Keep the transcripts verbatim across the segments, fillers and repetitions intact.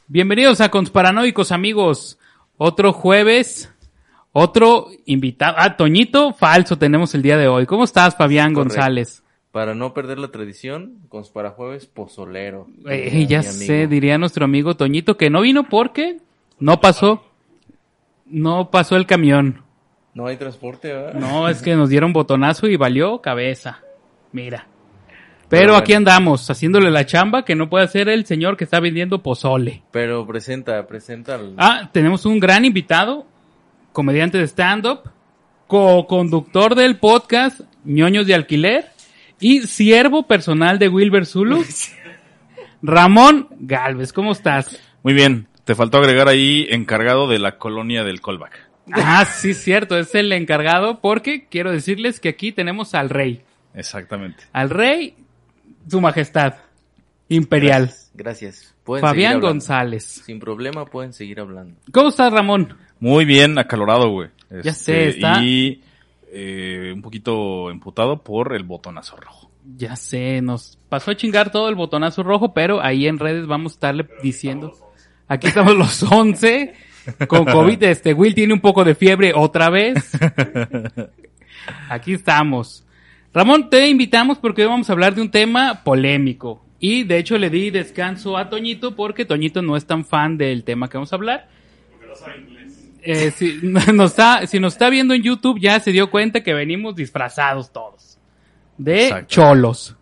Bienvenidos a Consparanoicos, amigos. Otro jueves, otro invitado. Ah, Toñito Falso tenemos el día de hoy. ¿Cómo estás, Fabián Correcto. González? Para no perder la tradición, Consparajueves pozolero. Eh, ya sé, diría nuestro amigo Toñito que no vino porque no pasó, no pasó el camión. No hay transporte, ¿verdad? No, es que nos dieron botonazo y valió cabeza. Mira. Pero, Pero aquí bueno. andamos, haciéndole la chamba que no puede hacer el señor que está vendiendo pozole. Pero presenta, presenta al... Ah, tenemos un gran invitado, comediante de stand-up, co-conductor del podcast Ñoños de Alquiler y siervo personal de Wilber Zulu, Ramón Galvez. ¿Cómo estás? Muy bien, te faltó agregar ahí encargado de la colonia del callback. Ah, sí, cierto, es el encargado porque quiero decirles que aquí tenemos al rey. Exactamente. Al rey, su majestad imperial. Gracias. gracias. Pueden Fabián seguir hablando. González. Sin problema pueden seguir hablando. ¿Cómo estás, Ramón? Muy bien, acalorado, güey. Ya sé, está- Y eh, un poquito emputado por el botonazo rojo. Ya sé, nos pasó a chingar todo el botonazo rojo, pero ahí en redes vamos a estarle diciendo. Aquí estamos los once con COVID. Este Will tiene un poco de fiebre otra vez. Aquí estamos. Ramón, te invitamos porque hoy vamos a hablar de un tema polémico. Y de hecho le di descanso a Toñito porque Toñito no es tan fan del tema que vamos a hablar. Eh, si, nos está, si nos está viendo en YouTube ya se dio cuenta que venimos disfrazados todos. De Exacto. cholos.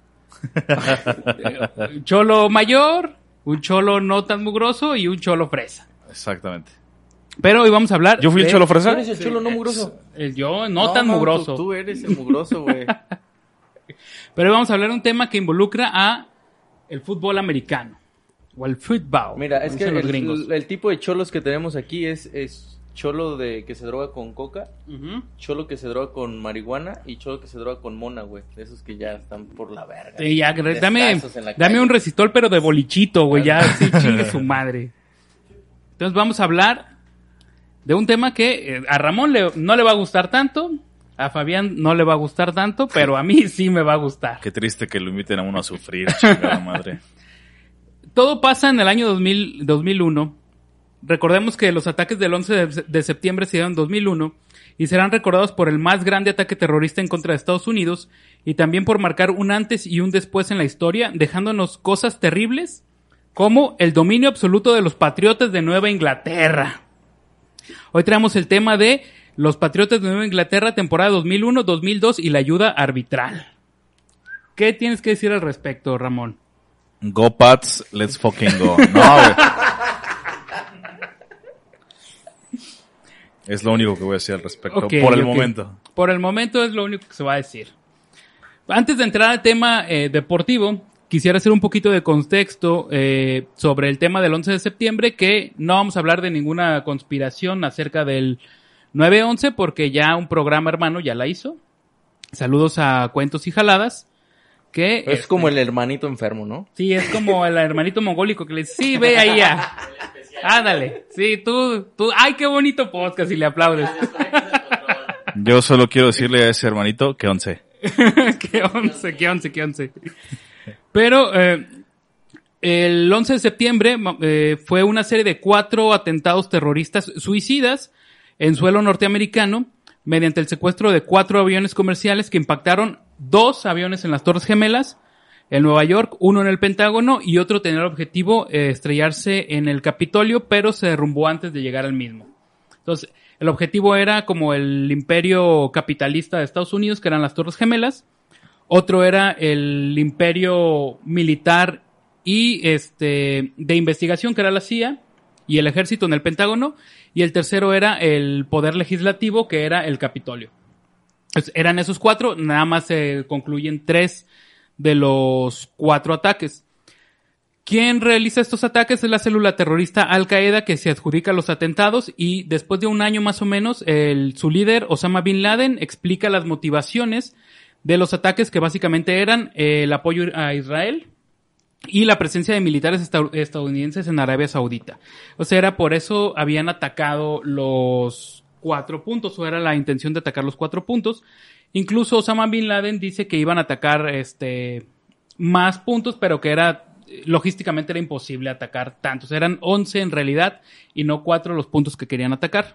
Un cholo mayor, un cholo no tan mugroso y un cholo fresa. Exactamente. Pero hoy vamos a hablar. ¿Yo fui el de- cholo ¿Tú fresa? eres el chulo no mugroso? Eh, Yo no, tan mugroso. Tú, tú eres el mugroso, güey. Pero hoy vamos a hablar de un tema que involucra a el fútbol americano. O el fútbol. Mira, es como que dicen los el, gringos. el- el tipo de cholos que tenemos aquí es, es cholo de que se droga con coca, Ujú. cholo que se droga con marihuana y cholo que se droga con mona, güey. De esos que ya están por la verga. Sí, ya, dame, Descalzos en la dame calle. un recitol, pero de bolichito, güey. Ya, sí, chingue su madre. Entonces vamos a hablar de un tema que eh, a Ramón le, no le va a gustar tanto, a Fabián no le va a gustar tanto, pero a mí sí me va a gustar. Qué triste que lo inviten a uno a sufrir, chingada madre. Todo pasa en el año dos mil, dos mil uno. Recordemos que los ataques del once de, de septiembre se dieron en dos mil uno y serán recordados por el más grande ataque terrorista en contra de Estados Unidos y también por marcar un antes y un después en la historia, dejándonos cosas terribles como el dominio absoluto de los patriotas de Nueva Inglaterra. Hoy traemos el tema de los Patriotas de Nueva Inglaterra, temporada dos mil uno, dos mil dos y la ayuda arbitral. ¿Qué tienes que decir al respecto, Ramón? Go Pats, let's fucking go. No, güey. Es lo único que voy a decir al respecto, Ok, por el ok. momento. Por el momento es lo único que se va a decir. Antes de entrar al tema eh, deportivo, quisiera hacer un poquito de contexto eh, sobre el tema del once de septiembre, que no vamos a hablar de ninguna conspiración acerca del nueve once, porque ya un programa hermano ya la hizo. Saludos a Cuentos y Jaladas. Que, Es este, como el hermanito enfermo, ¿no? Sí, es como el hermanito mongólico que le dice, sí, ve ahí ya. Ándale. Sí, tú, tú, ay, qué bonito podcast y le aplaudes. Yo solo quiero decirle a ese hermanito que once. qué once, qué once, qué once. Pero eh, el once de septiembre eh, fue una serie de cuatro atentados terroristas suicidas en suelo norteamericano mediante el secuestro de cuatro aviones comerciales que impactaron dos aviones en las Torres Gemelas, en Nueva York, uno en el Pentágono y otro tenía el objetivo eh, estrellarse en el Capitolio, pero se derrumbó antes de llegar al mismo. Entonces, el objetivo era como el imperio capitalista de Estados Unidos, que eran las Torres Gemelas. Otro era el imperio militar y este de investigación, que era la C I A, y el ejército en el Pentágono. Y el tercero era el poder legislativo, que era el Capitolio. Entonces, eran esos cuatro, nada más se concluyen tres de los cuatro ataques. ¿Quién realiza estos ataques? Es la célula terrorista Al Qaeda, que se adjudica los atentados, y después de un año más o menos, el, su líder, Osama Bin Laden, explica las motivaciones de los ataques, que básicamente eran eh, el apoyo a Israel y la presencia de militares esta- estadounidenses en Arabia Saudita. O sea, era por eso habían atacado los cuatro puntos, o era la intención de atacar los cuatro puntos. Incluso Osama Bin Laden dice que iban a atacar este más puntos, pero que era logísticamente era imposible atacar tantos. Eran once en realidad y no cuatro los puntos que querían atacar.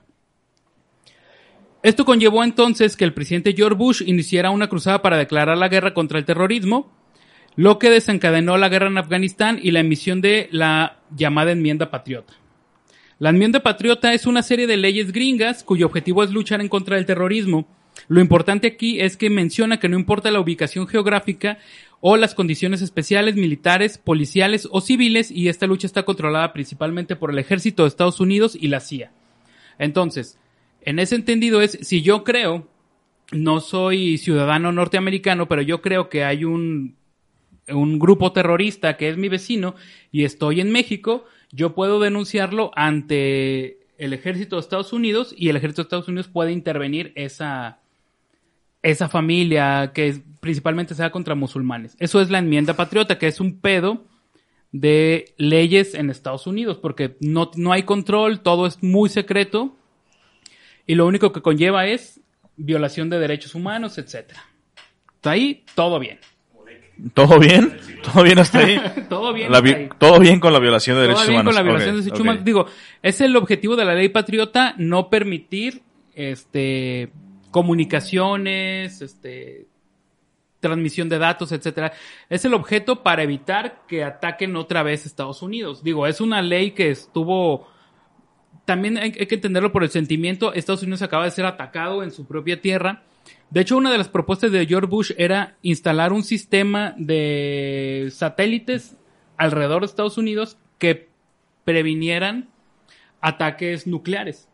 Esto conllevó entonces que el presidente George Bush iniciara una cruzada para declarar la guerra contra el terrorismo, lo que desencadenó la guerra en Afganistán y la emisión de la llamada Enmienda Patriota. La Enmienda Patriota es una serie de leyes gringas cuyo objetivo es luchar en contra del terrorismo. Lo importante aquí es que menciona que no importa la ubicación geográfica o las condiciones especiales, militares, policiales o civiles, y esta lucha está controlada principalmente por el Ejército de Estados Unidos y la C I A. Entonces, en ese entendido es, si yo creo, no soy ciudadano norteamericano, pero yo creo que hay un, un grupo terrorista que es mi vecino y estoy en México, yo puedo denunciarlo ante el Ejército de Estados Unidos y el Ejército de Estados Unidos puede intervenir esa, esa familia que principalmente sea contra musulmanes. Eso es la Enmienda Patriota, que es un pedo de leyes en Estados Unidos, porque no, no hay control, todo es muy secreto y lo único que conlleva es violación de derechos humanos, etcétera. Hasta ahí, todo bien. ¿Todo bien? ¿Todo bien hasta ahí? Todo bien La hasta vi- ahí. Todo bien con la violación de Todo derechos bien humanos. con la violación Ok, de derechos humanos. ok. Digo, es el objetivo de la ley patriota, no permitir este comunicaciones, este transmisión de datos, etcétera. Es el objeto para evitar que ataquen otra vez Estados Unidos. Digo, es una ley que estuvo... También hay, hay que entenderlo por el sentimiento. Estados Unidos acaba de ser atacado en su propia tierra. De hecho, una de las propuestas de George Bush era instalar un sistema de satélites alrededor de Estados Unidos que previnieran ataques nucleares.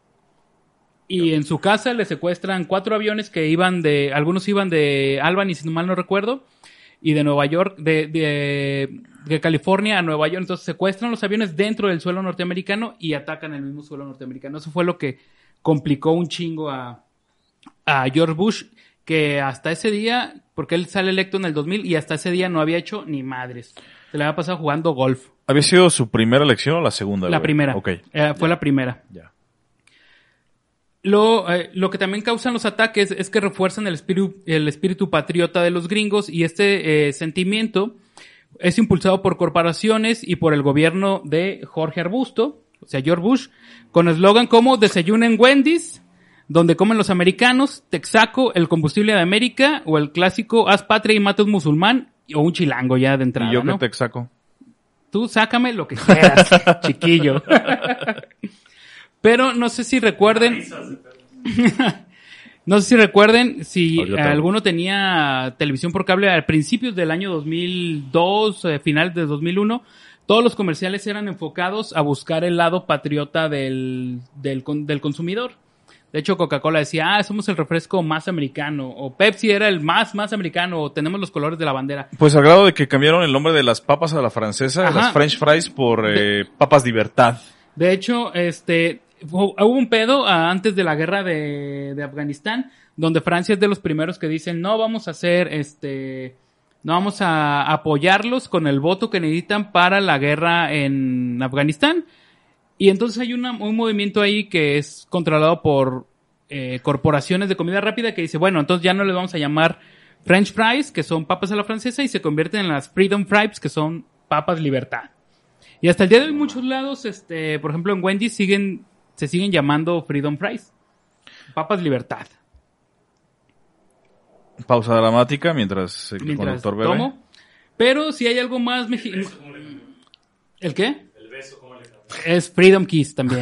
Y en su casa le secuestran cuatro aviones que iban de... Algunos iban de Albany, si no mal no recuerdo, y de Nueva York, de, de, de California a Nueva York. Entonces secuestran los aviones dentro del suelo norteamericano y atacan el mismo suelo norteamericano. Eso fue lo que complicó un chingo a, a George Bush, que hasta ese día, porque él sale electo en el dos mil y hasta ese día no había hecho ni madres. Se le había pasado jugando golf. ¿Había sido su primera elección o la segunda? La güey? primera. Ok. Eh, fue la primera. Ya. Lo, eh, lo que también causan los ataques es que refuerzan el espíritu, el espíritu patriota de los gringos, y este eh, sentimiento es impulsado por corporaciones y por el gobierno de Jorge Arbusto, o sea, George Bush, con eslogan como desayunen Wendy's, donde comen los americanos, Texaco, el combustible de América, o el clásico haz patria y mata a un musulmán, o un chilango ya de entrada, ¿Y yo ¿no? qué te saco? Tú sácame lo que quieras, chiquillo. Pero no sé si recuerden... no sé si recuerden si Ahorita eh, te- alguno tenía televisión por cable al principios del año dos mil dos, eh, final de dos mil uno. Todos los comerciales eran enfocados a buscar el lado patriota del, del, con- del consumidor. De hecho, Coca-Cola decía, ah, somos el refresco más americano. O Pepsi era el más, más americano. O tenemos los colores de la bandera. Pues al grado de que cambiaron el nombre de las papas a la francesa, Ajá. las French fries, por eh, papas libertad. De hecho, este, hu- hubo un pedo ah, antes de la guerra de, de Afganistán, donde Francia es de los primeros que dicen, no vamos a hacer, este, no vamos a apoyarlos con el voto que necesitan para la guerra en Afganistán. Y entonces hay una, un movimiento ahí que es controlado por eh, corporaciones de comida rápida que dice, bueno, entonces ya no les vamos a llamar French fries, que son papas a la francesa, y se convierten en las Freedom Fries, que son papas libertad. Y hasta el día de hoy muchos lados, este, por ejemplo en Wendy's siguen, se siguen llamando Freedom Fries. Papas libertad. Pausa dramática mientras el Mientras conductor bebe. tomo. Pero si hay algo más mexicano. ¿El qué? El beso, ¿cómo le llaman? Es Freedom Kiss también.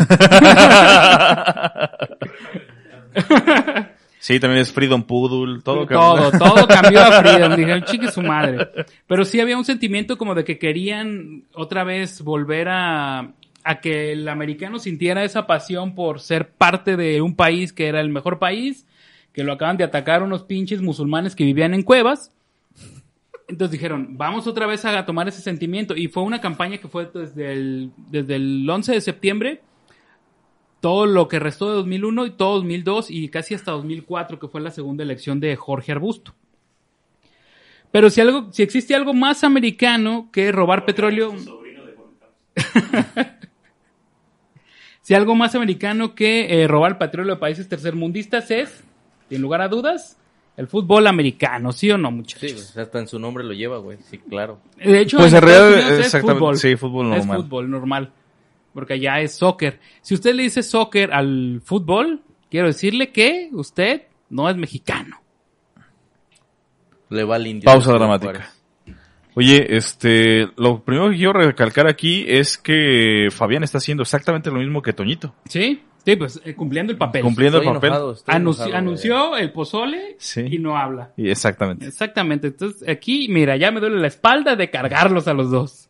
Sí, también es Freedom Poodle, todo. todo, todo cambió a Freedom. Dijeron, chique su madre. Pero sí había un sentimiento como de que querían otra vez volver a, a que el americano sintiera esa pasión por ser parte de un país que era el mejor país, que lo acaban de atacar unos pinches musulmanes que vivían en cuevas. Entonces dijeron, vamos otra vez a tomar ese sentimiento. Y fue una campaña que fue desde el, desde el once de septiembre, todo lo que restó de dos mil uno y todo dos mil dos y casi hasta dos mil cuatro, que fue la segunda elección de Jorge Arbusto. Pero si algo, si existe algo más americano que robar petróleo, Sobrino de Juan Carlos. si algo más americano que eh, robar petróleo de países tercermundistas es, sin lugar a dudas, El fútbol americano, ¿sí o no, muchachos? Sí, pues, hasta en su nombre lo lleva, güey. Sí, claro. De hecho, Pues en en realidad, Estados Unidos es exactamente, fútbol. sí, fútbol normal. Es fútbol normal. Porque allá es soccer. Si usted le dice soccer al fútbol, quiero decirle que usted no es mexicano. Le va al indio. Pausa de dramática. Juárez. Oye, este, lo primero que quiero recalcar aquí es que Fabián está haciendo exactamente lo mismo que Toñito. ¿Sí? Sí, pues eh, cumpliendo el papel. Cumpliendo Estoy el papel. enojado, estoy Anunci- enojado, anunció el pozole Sí. y no habla. Y exactamente. Exactamente. Entonces, aquí, mira, ya me duele la espalda de cargarlos a los dos.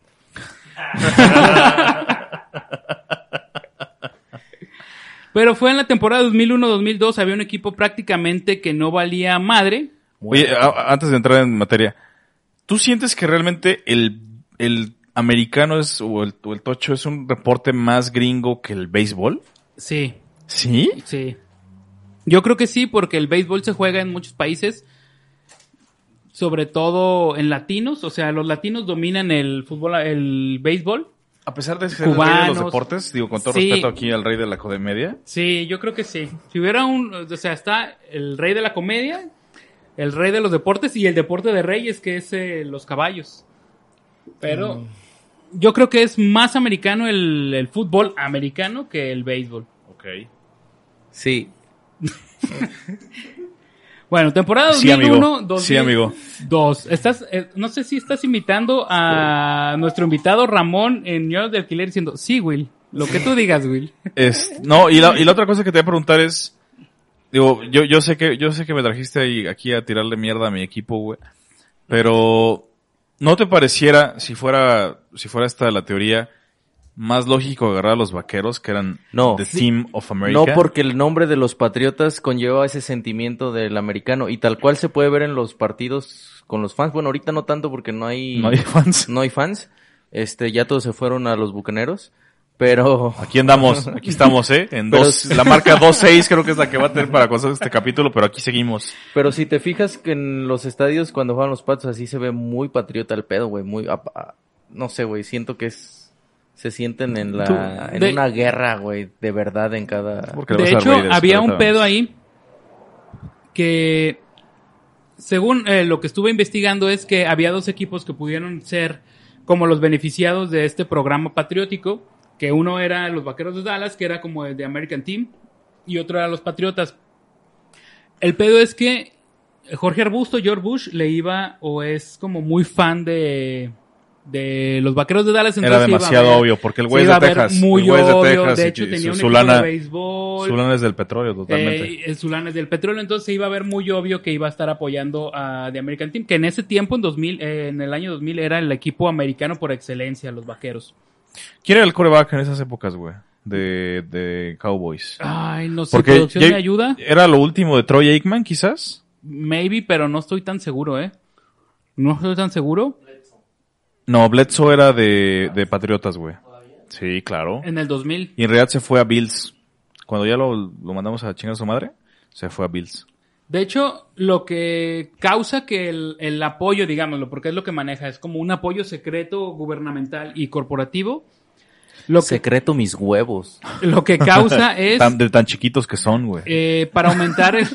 Pero fue en la temporada dos mil uno dos mil dos, había un equipo prácticamente que no valía madre. güey. Oye, a- antes de entrar en materia, ¿tú sientes que realmente el, el americano es, o el, o el tocho es un reporte más gringo que el béisbol? Sí, ¿Sí? sí. Yo creo que sí, porque el béisbol se juega en muchos países, sobre todo en latinos, o sea, los latinos dominan el fútbol, el béisbol. A pesar de ser el rey de Cubanos. los deportes, digo, con todo Sí. respeto aquí al rey de la comedia. Sí, yo creo que sí. Si hubiera un, o sea, está el rey de la comedia, el rey de los deportes y el deporte de reyes, que es eh, los caballos. Pero yo creo que es más americano el, el fútbol americano que el béisbol. Ok. Sí. Bueno, temporada Sí, dos mil uno, amigo. dos mil dos. Sí, amigo. Estás, eh, no sé si estás imitando a nuestro invitado Ramón en Ñoros de Alquiler diciendo, sí, Will, lo que tú digas, Will. Es, no, y la, y la otra cosa que te voy a preguntar es, digo, yo, yo sé que, yo sé que me trajiste ahí, aquí a tirarle mierda a mi equipo, güey, pero ¿no te pareciera, si fuera, si fuera esta la teoría, más lógico agarrar a los vaqueros que eran No. The Sí. Team of America? No, porque el nombre de los patriotas conlleva ese sentimiento del americano y tal cual se puede ver en los partidos con los fans. Bueno, ahorita no tanto porque no hay No hay fans. no hay fans. Este, ya todos se fueron a los bucaneros, pero Aquí andamos, aquí estamos, eh, en Pero- dos, la marca dos seis creo que es la que va a tener para cosas este capítulo, pero aquí seguimos. pero si te fijas que en los estadios cuando juegan los Pats así se ve muy patriota el pedo, güey, muy a- a- no sé, güey, siento que es se sienten en la Tú- en de- una guerra, güey, de verdad en cada Porque le De vas a hecho, Raiders, había pero un ahorita pedo vamos. ahí que, según eh, lo que estuve investigando, es que había dos equipos que pudieron ser como los beneficiados de este programa patriótico, que uno era los Vaqueros de Dallas, que era como el de American Team, y otro era los Patriotas. El pedo es que Jorge Arbusto, George Bush, le iba o es como muy fan de, de los Vaqueros de Dallas. Era entonces iba a demasiado ver- obvio, porque el se güey es iba de a ver Texas. muy el güey es de obvio. Texas De y- hecho, y tenía un su, equipo su lana, de béisbol. su lana es del petróleo, totalmente. Eh, el Zulán es del petróleo, entonces se iba a ver muy obvio que iba a estar apoyando a The American Team, que en ese tiempo, en dos mil, eh, en el año dos mil, era el equipo americano por excelencia, los Vaqueros. ¿Quién era el quarterback en esas épocas, güey? De, de Cowboys. Ay, no sé, Porque ¿producción ya- me ayuda? ¿Era lo último de Troy Aikman, quizás? Maybe, pero no estoy tan seguro, ¿eh? No estoy tan seguro. No, Bledsoe era de, de Patriotas, güey. Sí, claro. En el dos mil. Y en realidad se fue a Bills. Cuando ya lo, lo mandamos a chingar a su madre, se fue a Bills. De hecho, lo que causa que el, el apoyo, digámoslo, porque es lo que maneja, es como un apoyo secreto, gubernamental y corporativo. Lo que, secreto mis huevos. lo que causa es... Tan, de tan chiquitos que son, güey. eh, para aumentar el...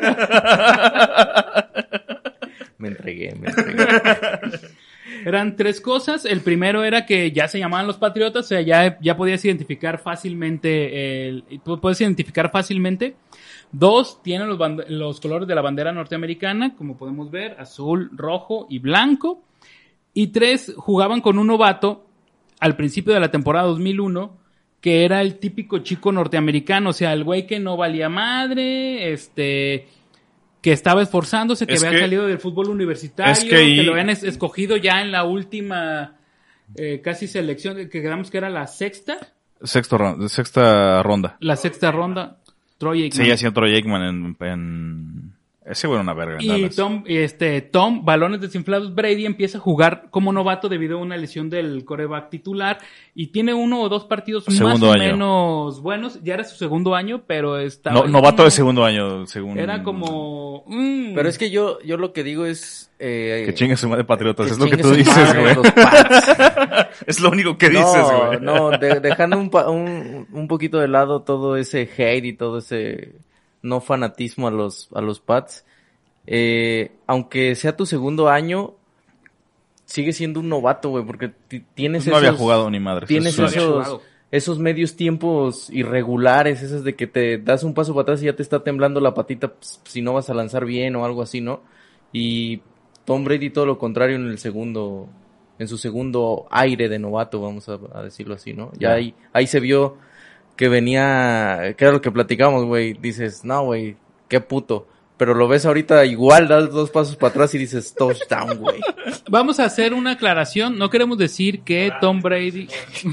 Me entregué, me entregué. Eran tres cosas. El primero era que ya se llamaban los Patriotas, o sea, ya, ya podías identificar fácilmente, el, tú puedes identificar fácilmente. Dos, tienen los, band- los colores de la bandera norteamericana, como podemos ver, azul, rojo y blanco. Y tres, jugaban con un novato al principio de la temporada dos mil uno, que era el típico chico norteamericano, o sea, el güey que no valía madre, este... que estaba esforzándose, que Es había que- salido del fútbol universitario, es que que, ahí- lo habían es- escogido ya en la última eh, casi selección, que quedamos que era la sexta, Sexto, ron- sexta ronda. la sexta ronda, Troy Aikman. Sí, hacía Troy Aikman en, en... Ese güey era una verga en Y Dallas. Tom, este, Tom, balones desinflados, Brady empieza a jugar como novato debido a una lesión del quarterback titular y tiene uno o dos partidos Segundo más o año. menos buenos. Ya era su segundo año, pero estaba... No, ahí novato como- de segundo año, según... Era como... mm, Pero es que yo, yo lo que digo es... Eh, Que chingue su madre Patriotas, que es lo que chingue tú su dices, madre güey. los Pats. Es lo único que dices, no, güey. no, de- dejando un, pa- un, un poquito de lado todo ese hate y todo ese no fanatismo a los, a los Pats. eh, aunque sea tu segundo año, sigue siendo un novato, güey, porque t- tienes No esos... había jugado ni madre. Tienes No había esos, jugado. esos medios tiempos irregulares, esos de que te das un paso para atrás y ya te está temblando la patita pues, si no vas a lanzar bien o algo así, ¿no? Y Tom Brady todo lo contrario en el segundo, en su segundo aire de novato, vamos a, a decirlo así, ¿no? Ya Ya. ahí, ahí se vio que venía, que era lo que platicamos, güey, dices, no, güey, qué puto. Pero lo ves ahorita igual, das dos pasos para atrás y dices, touchdown, güey. Vamos a hacer una aclaración. No queremos decir que Tom Brady...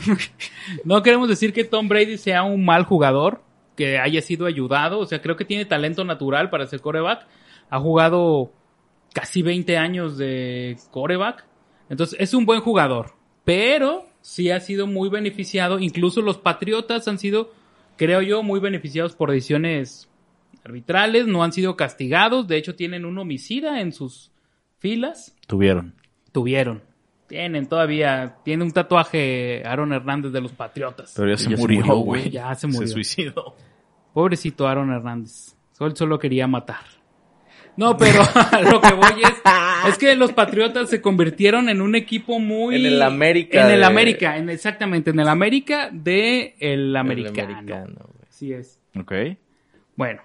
no queremos decir que Tom Brady sea un mal jugador, que haya sido ayudado. O sea, creo que tiene talento natural para ser quarterback. Ha jugado casi veinte años de quarterback. Entonces, es un buen jugador. Pero sí ha sido muy beneficiado. Incluso los Patriotas han sido, creo yo, muy beneficiados por decisiones arbitrales. No han sido castigados. De hecho, tienen un homicida en sus filas. Tuvieron. Tuvieron. Tienen todavía. Tiene un tatuaje Aaron Hernández de los Patriotas. Pero ya se Ya se murió, murió, güey. Ya se murió. Se suicidó. Pobrecito Aaron Hernández. Solo, solo quería matar. No, pero a lo que voy es, es que los Patriotas se convirtieron en un equipo muy... En el América En el de- América, en, exactamente, en el América de el El americano. americano, güey. Así es. Ok. Bueno.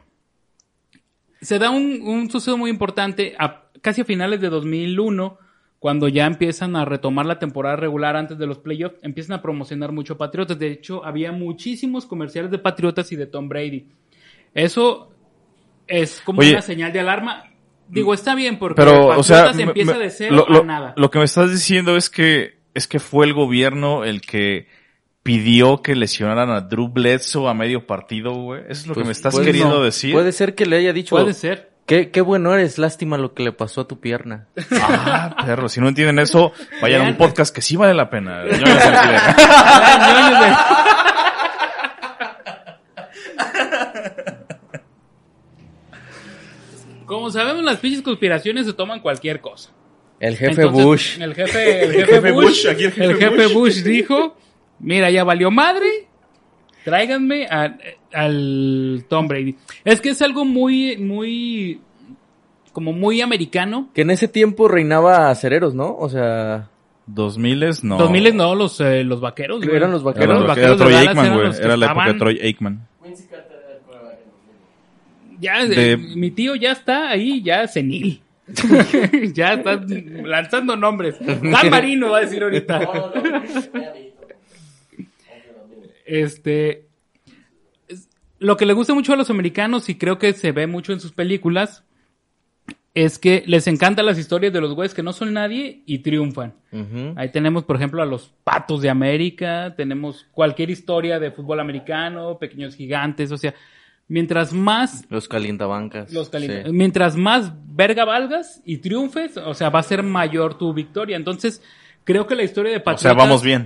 Se da un, un suceso muy importante a, casi a finales de dos mil uno, cuando ya empiezan a retomar la temporada regular antes de los playoffs, empiezan a promocionar mucho Patriotas. De hecho, había muchísimos comerciales de Patriotas y de Tom Brady. Eso es como Oye, una señal de alarma. Digo, está bien porque Pero, o sea, Patriotas empieza me- de cero lo, lo- a nada. lo que me estás diciendo es que es que fue el gobierno el que pidió que lesionaran a Drew Bledsoe a medio partido, güey. Eso es lo que Pues, me estás puede- queriendo no, decir. Puede ser que le haya dicho, Puede ser. qué, qué bueno eres, lástima lo que le pasó a tu pierna. Ah, perro, si no entienden eso, vayan a un Vean. podcast que sí vale la pena. Yo no sé alquiler. Como sabemos, las pinches conspiraciones se toman cualquier cosa. El jefe Entonces, Bush. El jefe, el El jefe, jefe Bush, Bush, aquí el jefe el jefe Bush. Bush dijo, mira, ya valió madre, tráiganme a- al Tom Brady. Es que es algo muy, muy, como muy americano. Que en ese tiempo reinaba Acereros, ¿no? O sea, Dos miles, no. dos mil no, los, eh, los vaqueros. güey. Eran los vaqueros. Era, Los lo que- vaqueros era de Troy Dallas Aikman, eran güey. los que Era la época de estaban- Troy Aikman. Ya, eh, de- mi tío ya está ahí, ya senil. Ya está lanzando nombres. Dan Marino va a decir ahorita. Este, es- lo que le gusta mucho a los americanos y creo que se ve mucho en sus películas es que les encantan las historias de los güeyes que no son nadie y triunfan. ujú. Ahí tenemos, por ejemplo, a los Patos de América, tenemos cualquier historia de fútbol americano, Pequeños Gigantes, o sea, mientras más Los calientabancas. los calienta- sí. mientras más verga valgas y triunfes, o sea, va a ser mayor tu victoria. Entonces, creo que la historia de O Patriotas... sea, vamos bien.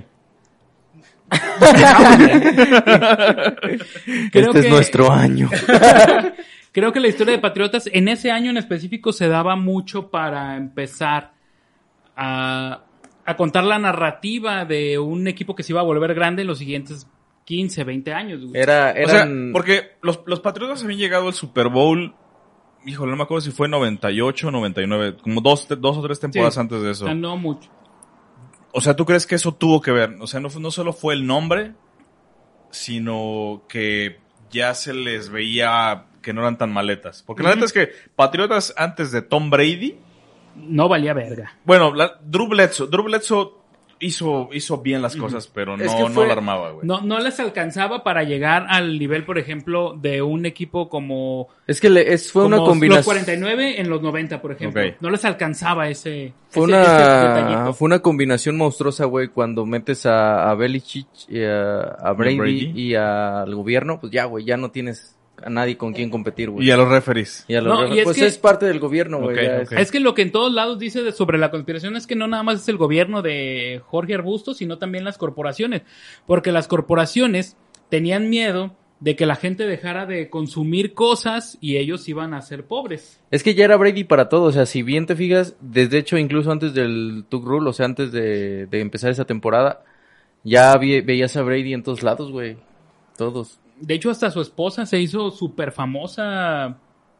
creo Este es que- nuestro año. Creo que la historia de Patriotas en ese año en específico se daba mucho para empezar a, a contar la narrativa de un equipo que se iba a volver grande en los siguientes quince, veinte años. güey. Era, O sea, eran... porque los, los Patriotas habían llegado al Super Bowl, híjole, no me acuerdo si fue noventa y ocho o noventa y nueve, como dos, dos o tres temporadas Sí. antes de O eso. sea, no mucho. O sea, ¿tú crees que eso tuvo que ver? O sea, no, fu- no solo fue el nombre, sino que ya se les veía que no eran tan maletas. Porque la Ujú. neta es que Patriotas antes de Tom Brady, No valía verga. bueno, la, Drew Bledsoe, Drew Bledsoe hizo, hizo bien las cosas, pero no, Es que no fue- la armaba, güey. No, no les alcanzaba para llegar al nivel, por ejemplo, de un equipo como, Es que le- es, fue como una los combinación... cuarenta y nueve en los noventa, por ejemplo. Ok. No les alcanzaba ese, Fue ese- una, ese detallito. fue una combinación monstruosa, güey, cuando metes a, a Belichick, y a, a Brady, Brady. y al gobierno, pues ya, güey, ya no tienes a nadie con quien competir, güey. Y a los referees. Y a los No, refs- y es pues que- es parte del gobierno, güey. Ok, ya ok. es- Es que lo que en todos lados dice de- sobre la conspiración es que no nada más es el gobierno de Jorge Arbusto, sino también las corporaciones. Porque las corporaciones tenían miedo de que la gente dejara de consumir cosas y ellos iban a ser pobres. Es que ya era Brady para todo, o sea, si bien te fijas, desde hecho incluso antes del Tug Rule, o sea, antes de, de empezar esa temporada, ya vi- veías a Brady en todos lados, güey. Todos. De hecho, hasta su esposa se hizo súper famosa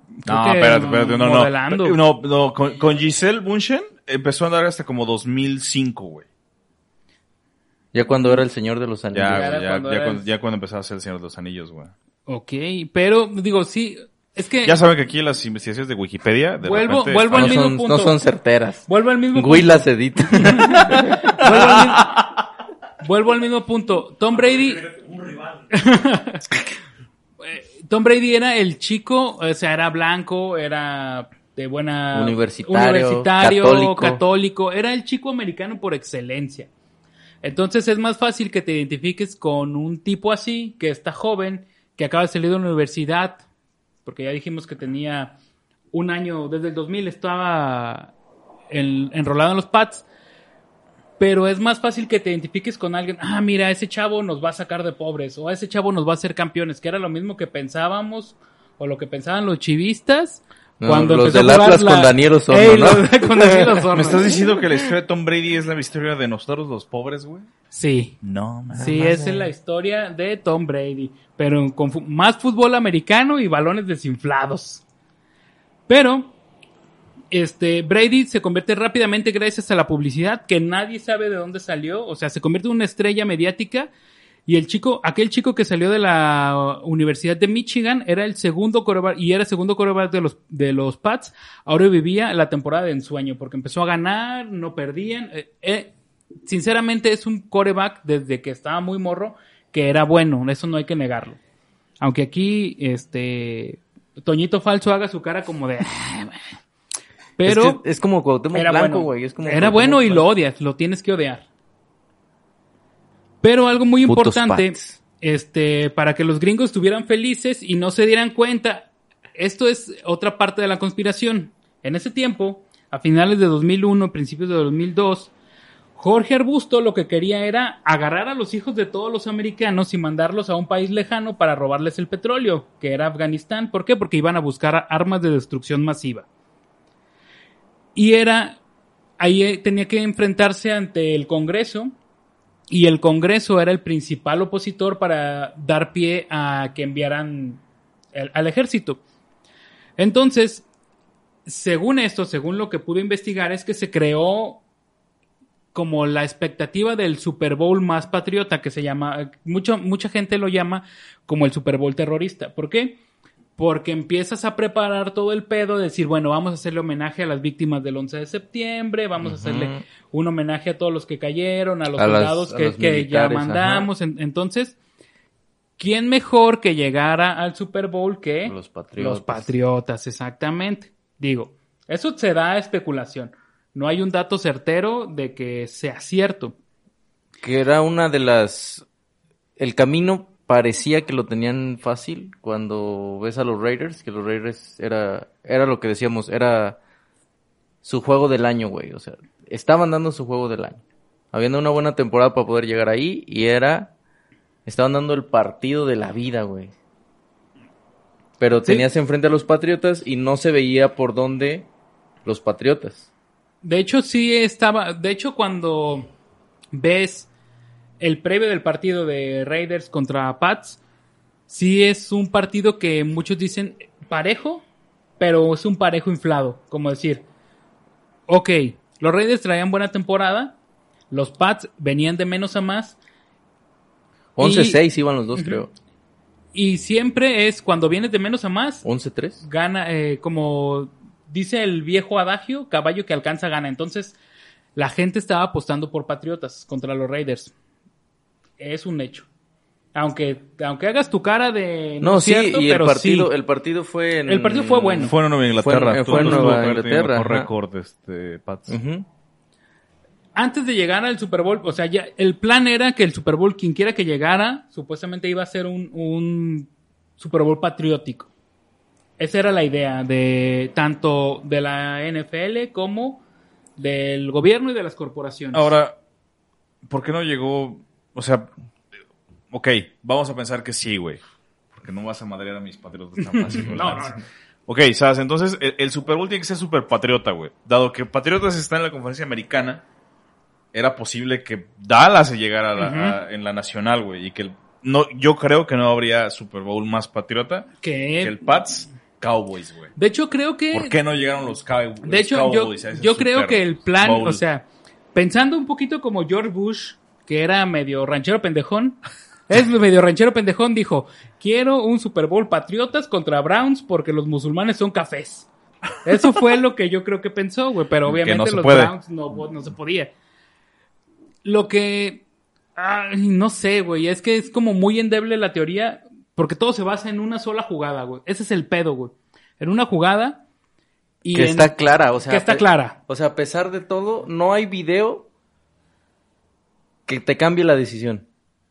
Creo No, que espérate, espérate, no, modelando. no. No, no, con, con Giselle Bunchen empezó a andar hasta como dos mil cinco, güey. Ya cuando era el Señor de los Anillos. Ya, Ya era güey, ya, cuando ya, era cuando, el- ya cuando empezaba a ser el Señor de los Anillos, güey. Ok, pero digo, sí, es que Ya saben que aquí las investigaciones de Wikipedia, de Vuelvo- repente, vuelvo al No mismo son, punto. no son certeras. vuelvo al mismo Güey punto. las edita. Vuelvo al, mi- vuelvo al mismo punto. Tom Brady. Eh, Tom Brady era el chico, o sea, era blanco, era de buena Universitario, universitario, católico. católico, era el chico americano por excelencia. Entonces es más fácil que te identifiques con un tipo así, que está joven, que acaba de salir de la universidad, porque ya dijimos que tenía un año, desde el dos mil estaba en- enrolado en los Pats, pero es más fácil que te identifiques con alguien, ah, mira, ese chavo nos va a sacar de pobres, o ese chavo nos va a hacer campeones, que era lo mismo que pensábamos, o lo que pensaban los chivistas, No, cuando los empezó del a jugar Atlas con Daniel Osorno, Ey, ¿no? los de- con Daniel Osorno. ¿me estás diciendo que la historia de Tom Brady es la historia de nosotros los pobres, güey? Sí. No, man. Sí, esa es la historia de Tom Brady, pero con fu- más fútbol americano y balones desinflados. Pero este Brady se convierte rápidamente gracias a la publicidad que nadie sabe de dónde salió, o sea, se convierte en una estrella mediática y el chico, aquel chico que salió de la Universidad de Michigan era el segundo quarterback y era segundo quarterback de los de los Pats, ahora vivía la temporada de ensueño porque empezó a ganar, no perdían, eh, eh, sinceramente es un quarterback desde que estaba muy morro que era bueno, eso no hay que negarlo. Aunque aquí este Toñito Falso haga su cara como de pero es, que es como Cuauhtémoc era Blanco, bueno. güey. Es como Era Cuauhtémoc bueno y Blanco. lo odias, lo tienes que odiar. Pero algo muy Putos importante, Pats. este, para que los gringos estuvieran felices y no se dieran cuenta, esto es otra parte de la conspiración. En ese tiempo, a finales de dos mil uno, principios de dos mil dos, Jorge Arbusto lo que quería era agarrar a los hijos de todos los americanos y mandarlos a un país lejano para robarles el petróleo, que era Afganistán. ¿Por qué? Porque iban a buscar armas de destrucción masiva. Y era, ahí eh, tenía que enfrentarse ante el Congreso, y el Congreso era el principal opositor para dar pie a que enviaran el- al ejército. Entonces, según esto, según lo que pude investigar, es que se creó como la expectativa del Super Bowl más patriota, que se llama, mucho, mucha gente lo llama como el Super Bowl terrorista. ¿Por qué? Porque empiezas a preparar todo el pedo, de decir, bueno, vamos a hacerle homenaje a las víctimas del once de septiembre, vamos a hacerle un homenaje a todos los que cayeron, a los A las- soldados a que, los que ya militares, mandamos. En- entonces, ¿quién mejor que llegara al Super Bowl que Los patriotas. Los patriotas, exactamente. Digo, eso se da a especulación. No hay un dato certero de que sea cierto. Que era una de las... El camino parecía que lo tenían fácil cuando ves a los Raiders, que los Raiders era, era lo que decíamos, era su juego del año, güey. O sea, estaban dando su juego del año. Habían dado una buena temporada para poder llegar ahí y era... Estaban dando el partido de la vida, güey. Pero Sí. tenías enfrente a los Patriotas y no se veía por dónde los Patriotas. De hecho, sí estaba... De hecho, cuando ves el previo del partido de Raiders contra Pats, sí es un partido que muchos dicen parejo, pero es un parejo inflado. Como decir, ok, los Raiders traían buena temporada, los Pats venían de menos a más, once Y- seis iban los dos, creo. y siempre es cuando vienes de menos a más, once tres. gana, eh, como dice el viejo adagio, caballo que alcanza gana. Entonces, la gente estaba apostando por Patriotas contra los Raiders. Es un hecho. Aunque, aunque hagas tu cara de No, es sí, cierto, y el pero partido, sí. el partido fue en... El partido fue bueno. Fue en Nueva Inglaterra. Fue en- Tú fue en no Nueva estuvo, pero tenía Inglaterra, mejor ajá. récord, este, Pats. Ujú. Antes de llegar al Super Bowl, o sea, ya el plan era que el Super Bowl, quien quiera que llegara, supuestamente iba a ser un, un Super Bowl patriótico. Esa era la idea de tanto de la N F L como del gobierno y de las corporaciones. Ahora, ¿por qué no llegó? O sea, ok, vamos a pensar que sí, güey. Porque no vas a madrear a mis patriotas tan fácil. güey. No, no, no. Ok, ¿sabes? Entonces, el, el Super Bowl tiene que ser super patriota, güey. Dado que Patriotas está en la conferencia americana, era posible que Dallas llegara a la- Ujú. a- en la nacional, güey. Y que el- no, yo creo que no habría Super Bowl más patriota que que el Pats Cowboys, güey. De hecho, creo que... ¿Por qué no llegaron los, cow- los De hecho, yo, Cowboys a ese yo creo Super que el plan, Bowl? o sea, pensando un poquito como George Bush, que era medio ranchero pendejón, es medio ranchero pendejón, dijo, quiero un Super Bowl Patriotas contra Browns porque los musulmanes son cafés. Eso fue lo que yo creo que pensó, güey, pero obviamente no se los puede. Browns no, no se podía. Lo que... Ay, no sé, güey, es que es como muy endeble la teoría porque todo se basa en una sola jugada, güey. Ese es el pedo, güey. En una jugada... Y que en- está clara, o sea... que está pe- clara. O sea, a pesar de todo, no hay video que te cambie la decisión.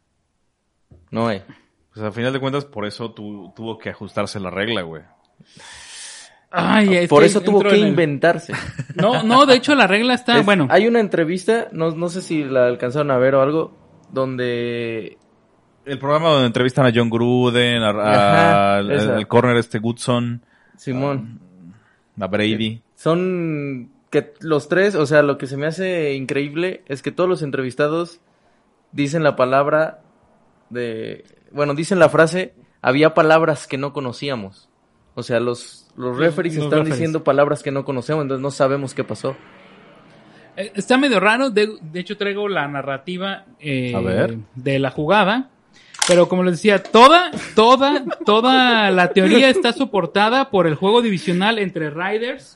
No hay. Pues a final de cuentas, por eso tu- tuvo que ajustarse la regla, güey. Ay, es Por que eso tuvo entró que en el- inventarse. No, no, de hecho la regla está, Es- bueno, Hay una entrevista, no, no sé si la alcanzaron a ver o algo, donde... El programa donde entrevistan a John Gruden, a, a- Ajá, al, esa. al corner este Goodson, Simón, a Brady. son que los tres, o sea, lo que se me hace increíble es que todos los entrevistados dicen la palabra de... Bueno, dicen la frase, había palabras que no conocíamos. O sea, los, los referees los están referees. diciendo palabras que no conocemos, entonces no sabemos qué pasó. eh, está medio raro, de, de hecho traigo la narrativa eh, A ver. de la jugada, pero como les decía, toda, toda, toda la teoría está soportada por el juego divisional entre Raiders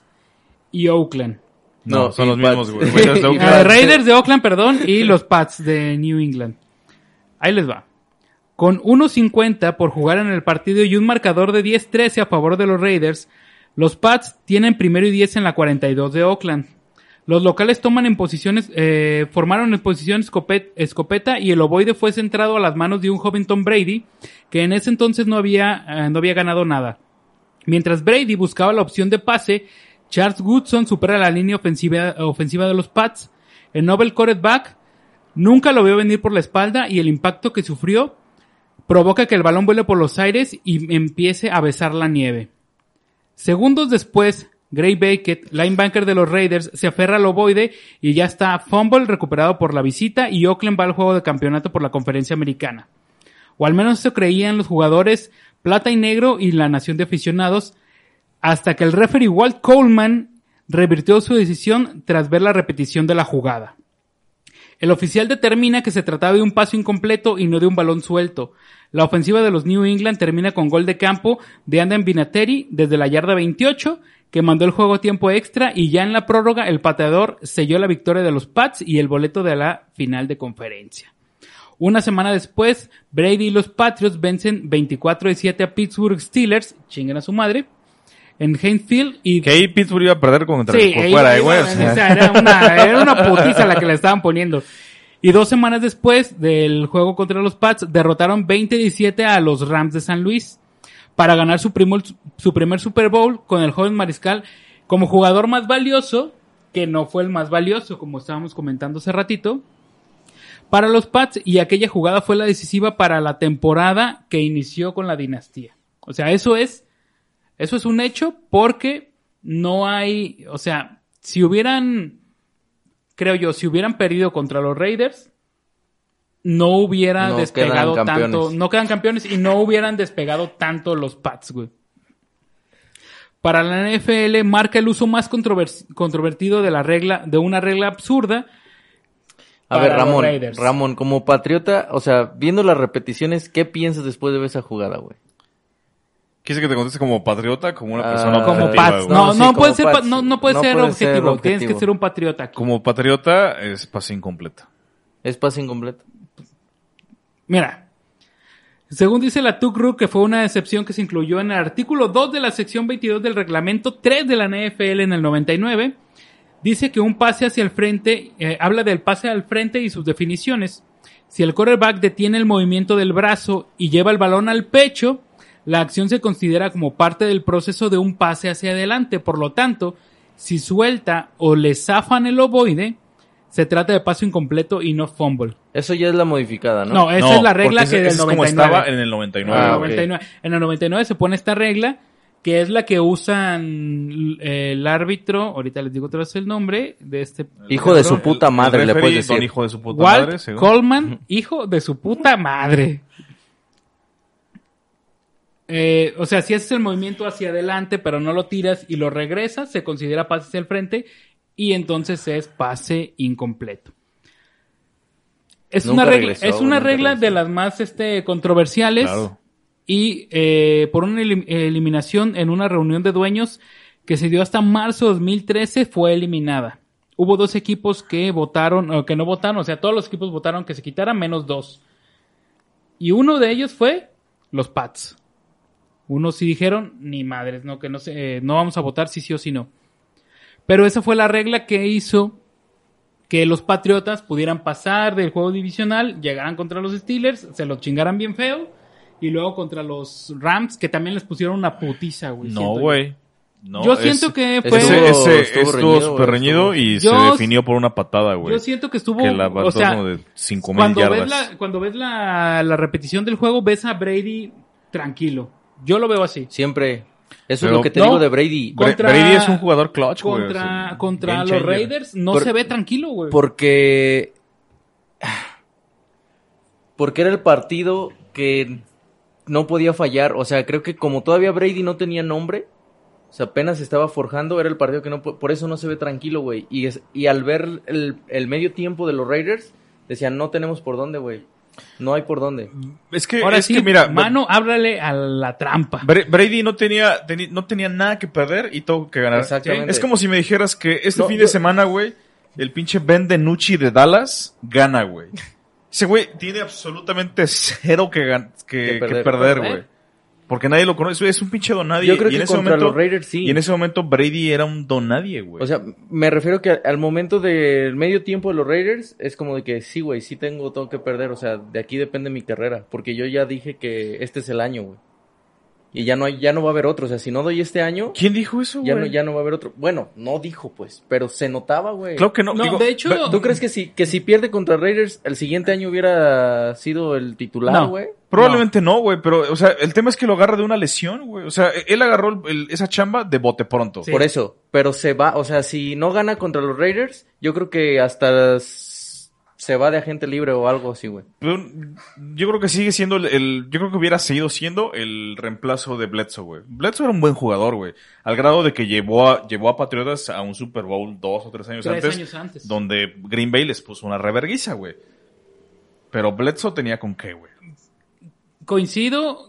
y Oakland. No, No, son y los mismos, Pats. güey. Raiders de Y Oakland. Ah, Pats. Raiders de Oakland, perdón, y los Pats de New England. Ahí les va. Con uno cincuenta por jugar en el partido y un marcador de diez trece a favor de los Raiders, los Pats tienen primero y diez en la cuarenta y dos de Oakland. Los locales toman en posiciones, eh, formaron en posición escopet- escopeta y el ovoide fue centrado a las manos de un joven Tom Brady, que en ese entonces no había, eh, no había ganado nada. Mientras Brady buscaba la opción de pase, Charles Woodson supera la línea ofensiva, ofensiva de los Pats. El novel quarterback nunca lo vio venir por la espalda y el impacto que sufrió provoca que el balón vuele por los aires y empiece a besar la nieve. Segundos después, Gray Beckett, linebacker de los Raiders, se aferra al ovoide y ya está fumble recuperado por la visita y Oakland va al juego de campeonato por la conferencia americana. O al menos eso creían los jugadores plata y negro y la nación de aficionados, hasta que el referee Walt Coleman revirtió su decisión tras ver la repetición de la jugada. El oficial determina que se trataba de un pase incompleto y no de un balón suelto. La ofensiva de los New England termina con gol de campo de Adam Vinatieri desde la yarda veintiocho, que mandó el juego a tiempo extra, y ya en la prórroga el pateador selló la victoria de los Pats y el boleto de la final de conferencia. Una semana después, Brady y los Patriots vencen veinticuatro a siete a Pittsburgh Steelers, chinguen a su madre, en Heinz Field y... Que ahí Pittsburgh iba a perder contra Sí, por ahí- fuera, ahí- eh, güey. o o sea. sea, era una, era una putiza la que le estaban poniendo. Y dos semanas después del juego contra los Pats, derrotaron veinte a diecisiete a los Rams de San Luis para ganar su, primo, su primer Super Bowl con el joven mariscal como jugador más valioso, que no fue el más valioso, como estábamos comentando hace ratito, para los Pats, y aquella jugada fue la decisiva para la temporada que inició con la dinastía. O sea, eso es, eso es un hecho porque no hay, o sea, si hubieran, creo yo, si hubieran perdido contra los Raiders, no hubiera No despegado quedan tanto, campeones. no quedan campeones y no hubieran despegado tanto los Pats, güey. Para la N F L marca el uso más controvers- controvertido de la regla, de una regla absurda. A ver, para los Ramón, Raiders. Ramón, como patriota, o sea, viendo las repeticiones, ¿qué piensas después de ver esa jugada, güey? Quise que te conteste como patriota, como una Ah, persona Como objetiva, Pats, güey. no, No, no, sí, puede como ser, pa- Pats. no, no puede No ser puede objetivo, ser tienes objetivo. que ser un patriota. Como patriota es pase incompleto. Es pase incompleto. Mira, según dice la T U C R U, que fue una excepción que se incluyó en el artículo dos de la sección veintidós del reglamento tres de la N F L en el noventa y nueve, dice que un pase hacia el frente, eh, habla del pase al frente y sus definiciones. Si el quarterback detiene el movimiento del brazo y lleva el balón al pecho, la acción se considera como parte del proceso de un pase hacia adelante. Por lo tanto, si suelta o le zafan el ovoide, se trata de pase incompleto y no fumble. Eso ya es la modificada, ¿no? No, esa No, es la regla porque que ese- del ese es como noventa y nueve. estaba en el noventa y nueve. En el Ah, güey. ok. noventa y nueve. En el noventa y nueve se pone esta regla, que es la que usan eh, el árbitro, ahorita les digo otra vez el nombre, de este... Hijo de su El- puta el madre, le referee, puedes don decir. hijo de su puta Walt madre, según. Coleman, hijo de su puta madre. eh, o sea, si haces el movimiento hacia adelante, pero no lo tiras y lo regresas, se considera pase hacia el frente y entonces es pase incompleto. Es Nunca una regla, regresó, es una nunca regla regresó. de las más este, controversiales. Claro. Y eh, por una elim- eliminación en una reunión de dueños que se dio hasta marzo de dos mil trece fue eliminada. Hubo dos equipos que votaron, o que no votaron, o sea, todos los equipos votaron que se quitara, menos dos. Y uno de ellos fue los Pats. Unos sí dijeron, ni madres, no, que no se, eh, no vamos a votar si sí o si no. Pero esa fue la regla que hizo que los Patriotas pudieran pasar del juego divisional, llegaran contra los Steelers, se los chingaran bien feo, y luego contra los Rams, que también les pusieron una putiza, güey. No, siento yo. güey. No, yo es- siento que fue... Ese, Estuvo- ese estuvo estuvo reñido, súper güey, reñido y Yo- se definió por una patada, güey. Yo siento que estuvo... Que la o mató sea, como de cinco mil cuando yardas. ves, la, cuando ves la, la repetición del juego, ves a Brady tranquilo. Yo lo veo así. Siempre. Eso Pero- es lo que te no, digo de Brady. Bra- contra- Brady es un jugador clutch, güey. o Contra, sea, contra game los changer. Raiders no Por- se ve tranquilo, güey. Porque. Porque era el partido que no podía fallar. O sea, creo que como todavía Brady no tenía nombre, o sea, apenas se estaba forjando, era el partido que no. po- Por eso no se ve tranquilo, güey. Y, es, y al ver el, el medio tiempo de los Raiders, decían, no tenemos por dónde, güey. No hay por dónde. Es que, Ahora es sí, que mira, mano, háblale a la trampa. Bra- Brady no tenía, teni- no tenía nada que perder y todo que ganar. Exactamente. Es como si me dijeras que este No, fin yo- de semana, güey, el pinche Ben DiNucci de Dallas gana, güey. Ese güey tiene absolutamente cero que, gan- que, Que que perder. perder, Perder. güey. Porque nadie lo conoce, es un pinche don nadie. Yo creo y en que ese contra momento, los Raiders sí. Y en ese momento Brady era un don nadie, güey. O sea, me refiero que al momento del medio tiempo de los Raiders es como de que sí, güey, sí tengo todo que perder. O sea, de aquí depende mi carrera. Porque yo ya dije que este es el año, güey. Y ya no hay, ya no va a haber otro. O sea, si no doy este año, ¿Quién dijo eso, güey? ya no, ya no va a haber otro. Bueno, no dijo, pues, pero se notaba, güey. Claro que no. No, digo, de hecho- ve- ¿Tú crees que si, que si pierde contra Raiders, el siguiente año hubiera sido el titular, No. güey? Probablemente no, güey, pero, o sea, el tema es que lo agarra de una lesión, güey. O sea, él agarró el- el- esa chamba de bote pronto. Sí. Por eso, pero se va, o sea, si no gana contra los Raiders, yo creo que hasta s- se va de agente libre o algo así, güey. Pero yo creo que sigue siendo el, el- yo creo que hubiera seguido siendo el reemplazo de Bledsoe, güey. Bledsoe era un buen jugador, güey. Al grado de que llevó a, llevó a Patriotas a un Super Bowl dos o tres años Tres antes. años antes. Donde Green Bay les puso una reverguiza, güey. Pero Bledsoe tenía con qué, güey. Coincido.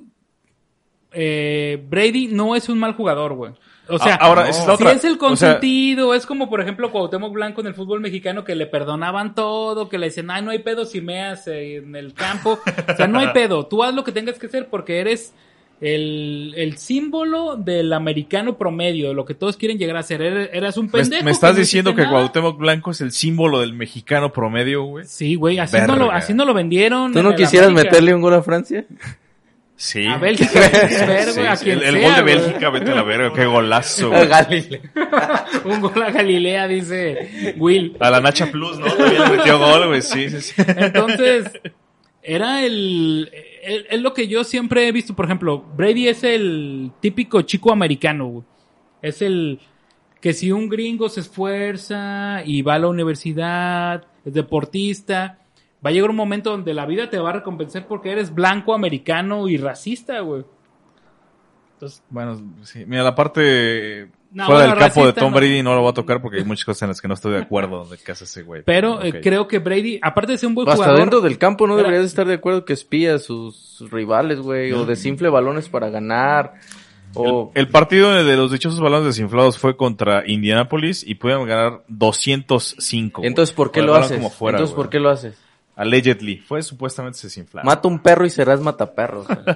eh, Brady no es un mal jugador, güey. O sea, Ah, ahora, no. esa es la si otra. es el O sea, consentido, es como por ejemplo Cuauhtémoc Blanco en el fútbol mexicano que le perdonaban todo, que le decían, ay, no hay pedo si meas eh, en el campo. O sea, no hay pedo, tú haz lo que tengas que hacer porque eres el, el símbolo del americano promedio, de lo que todos quieren llegar a ser. Eres- Eras un me, pendejo. me estás que no diciendo hiciste que nada. Cuauhtémoc Blanco es el símbolo del mexicano promedio, güey. Sí, güey, así no, lo, Verga. así no lo vendieron. ¿Tú en no el quisieras América. meterle un gol a Francia? Sí. A Bélgica, ver, Sí, güey, a sí. quien El, el sea, gol de güey. Bélgica, vete a la verga, qué golazo, A güey. Galilea. Un gol a Galilea, dice Will. A la Nacha Plus, ¿no? También le metió gol, güey, sí, sí, sí. Entonces, era el, el- Es lo que yo siempre he visto. Por ejemplo, Brady es el típico chico americano, güey. Es el que si un gringo se esfuerza y va a la universidad, es deportista, va a llegar un momento donde la vida te va a recompensar porque eres blanco, americano y racista, güey. Entonces, Bueno, sí. Mira, la parte No, fuera bueno, del campo de racista Tom no. Brady no lo voy a tocar porque hay muchas cosas en las que no estoy de acuerdo de que hace ese güey. pero eh, Ok. creo que Brady, aparte de ser un buen Hasta jugador, dentro del campo no Era- deberías estar de acuerdo que espía a sus, sus rivales, güey, o desinfle balones para ganar, o... El partido de los dichosos balones desinflados fue contra Indianapolis y pudieron ganar doscientos cinco. güey. Entonces, ¿por qué Con el lo balón haces? como fuera, Entonces, güey. ¿por qué lo haces? Allegedly. Fue supuestamente desinflado. Mata un perro y serás mataperros. güey.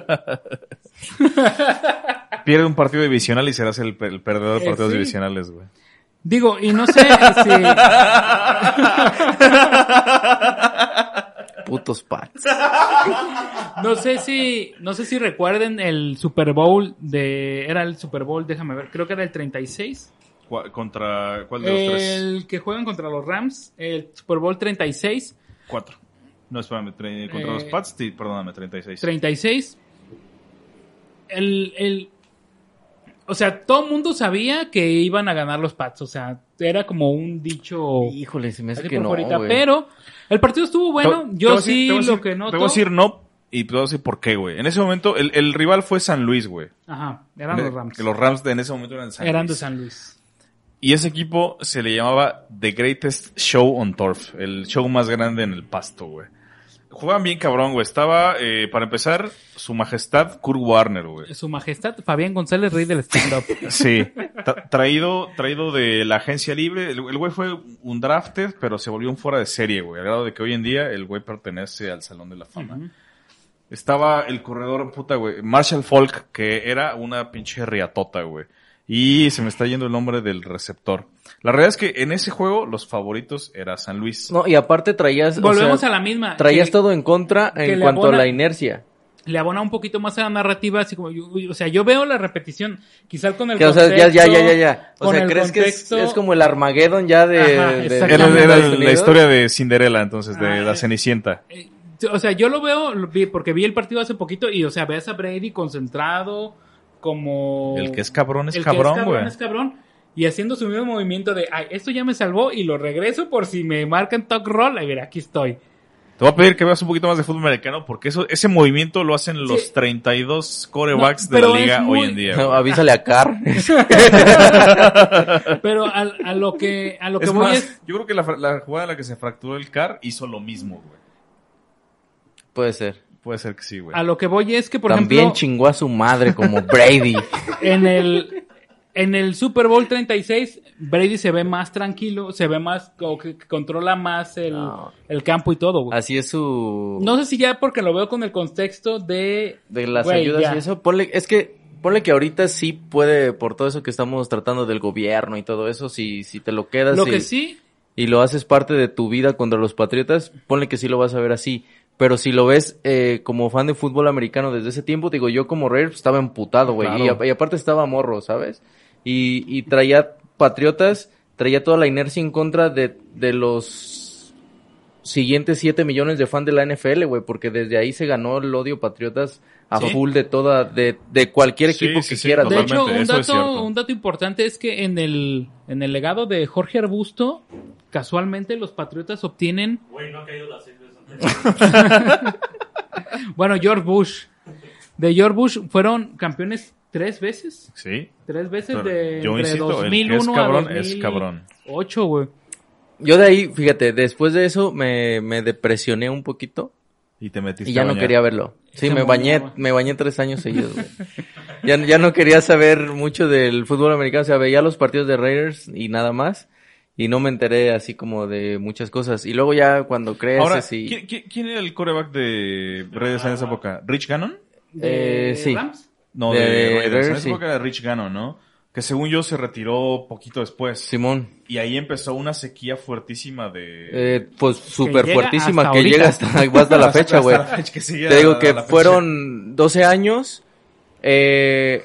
Pierde un partido divisional y serás el, el perdedor de Eh, partidos sí. divisionales, güey. digo, y no sé si... Putos Pats. No sé si, no sé si recuerden el Super Bowl de, era el Super Bowl, déjame ver, creo que era el treinta y seis. ¿Cuál- ¿Contra cuál de los tres? El que juegan contra los Rams, el Super Bowl treinta y seis. Cuatro. No, espérame, tre- contra Eh, los Pats, sí, perdóname, treinta y seis. treinta y seis. El, el, o sea, todo el mundo sabía que iban a ganar los Pats, o sea, era como un dicho Híjole, se me hace así que por no, fuerita, güey. pero el partido estuvo bueno, Te- te yo voy a decir- sí te voy a lo decir- que noto. Te voy a decir no, Y te voy a decir por qué, güey. En ese momento, el, el rival fue San Luis, güey. Ajá, eran los Rams. Que los Rams de en ese momento eran San Eran Luis. de San Luis. Y ese equipo se le llamaba The Greatest Show on Turf. El show más grande en el pasto, güey. Jugaban bien cabrón, güey. Estaba, eh, para empezar, su majestad Kurt Warner, güey. Su majestad Fabián González, rey del stand-up. Sí. Tra- traído, traído de la agencia libre. El, el güey fue un drafted, pero se volvió un fuera de serie, güey. Al grado de que hoy en día el güey pertenece al Salón de la Fama. Uh-huh. Estaba el corredor, puta, güey, Marshall Falk, que era una pinche riatota, güey. Y se me está yendo el nombre del receptor. La realidad es que en ese juego los favoritos era San Luis. No, y aparte traías... Volvemos o sea, a la misma. Traías que todo en contra que en le cuanto abona- a la inercia. Le abona un poquito más a la narrativa, así como, yo- o sea, yo veo la repetición, quizás con el Que, o sea, contexto. ya, ya, ya, ya, ya. O con sea, el ¿crees que es, contexto- es como el Armageddon ya de... Ajá, de- exactamente. Era, de era Estados la Unidos? historia de Cinderella, entonces, de Ah, la Cenicienta. Eh, O sea, yo lo veo, lo vi- porque vi el partido hace poquito, y, o sea, ves a Brady concentrado, como... El que es cabrón es el cabrón, que es güey. cabrón es cabrón, y haciendo su mismo movimiento de, ay, esto ya me salvó, y lo regreso por si me marcan talk roll, y mira, aquí estoy. Te voy a pedir que veas un poquito más de fútbol americano, porque eso, ese movimiento lo hacen los Sí. treinta y dos quarterbacks No, de la pero es liga muy- hoy en día. No, güey. avísale a Carr. Pero a, a lo que, a lo que Es voy más, es... yo creo que la, fra- la jugada en la que se fracturó el Carr hizo lo mismo, güey. Puede ser. Puede ser que sí, güey. A lo que voy es que, por También ejemplo, chingó a su madre como Brady. en el, en el Super Bowl treinta y seis, Brady se ve más tranquilo, se ve más, como que controla más el, No. el campo y todo, güey. Así es su... No sé si ya porque lo veo con el contexto de... de las güey, ayudas ya. y eso. Ponle, es que, ponle que ahorita sí puede, por todo eso que estamos tratando del gobierno y todo eso, si, si te lo quedas Lo y, que sí, y lo haces parte de tu vida contra los Patriotas, ponle que sí lo vas a ver así. Pero si lo ves eh, como fan de fútbol americano desde ese tiempo, digo, yo como Raider estaba emputado, güey. Claro. Y, a- y aparte estaba morro, ¿sabes? Y, y traía Patriotas, traía toda la inercia en contra de, de los siguientes siete millones de fans de la N F L, güey. Porque desde ahí se ganó el odio Patriotas a Sí. full de toda, de, de cualquier Sí, equipo sí, que sí, quieras. de güey. hecho, un eso es dato, cierto. un dato importante es que en el, en el legado de Jorge Arbusto, casualmente los Patriotas obtienen, Güey, no ha caído las seis veces anteriores. bueno, George Bush. De George Bush fueron campeones tres veces. Sí. Tres veces Pero de yo entre insisto, el que es dos mil uno cabrón a es cabrón. dos mil ocho, güey. Yo de ahí, fíjate, después de eso me, me depresioné un poquito. Y te metiste Y ya a no bañar. quería verlo. Sí, Se me bañé, bañaba. me bañé tres años seguidos, güey. Ya, ya no quería saber mucho del fútbol americano. O sea, veía los partidos de Raiders y nada más. Y no me enteré así como de muchas cosas. Y luego ya cuando creces Ahora, y... ¿quién, quién, quién era el quarterback de Raiders en esa época? ¿Rich Gannon? De Eh, sí. Rams. No, De de, Raiders. En Raiders, esa sí. época era Rich Gannon, ¿no? Que según yo se retiró poquito después. Simón, Y ahí empezó una sequía fuertísima de... eh, pues súper llega fuertísima hasta que ahorita. llega hasta, hasta la fecha, Hasta güey. la fecha que sigue Te a- digo a que la fecha. fueron doce años. Eh,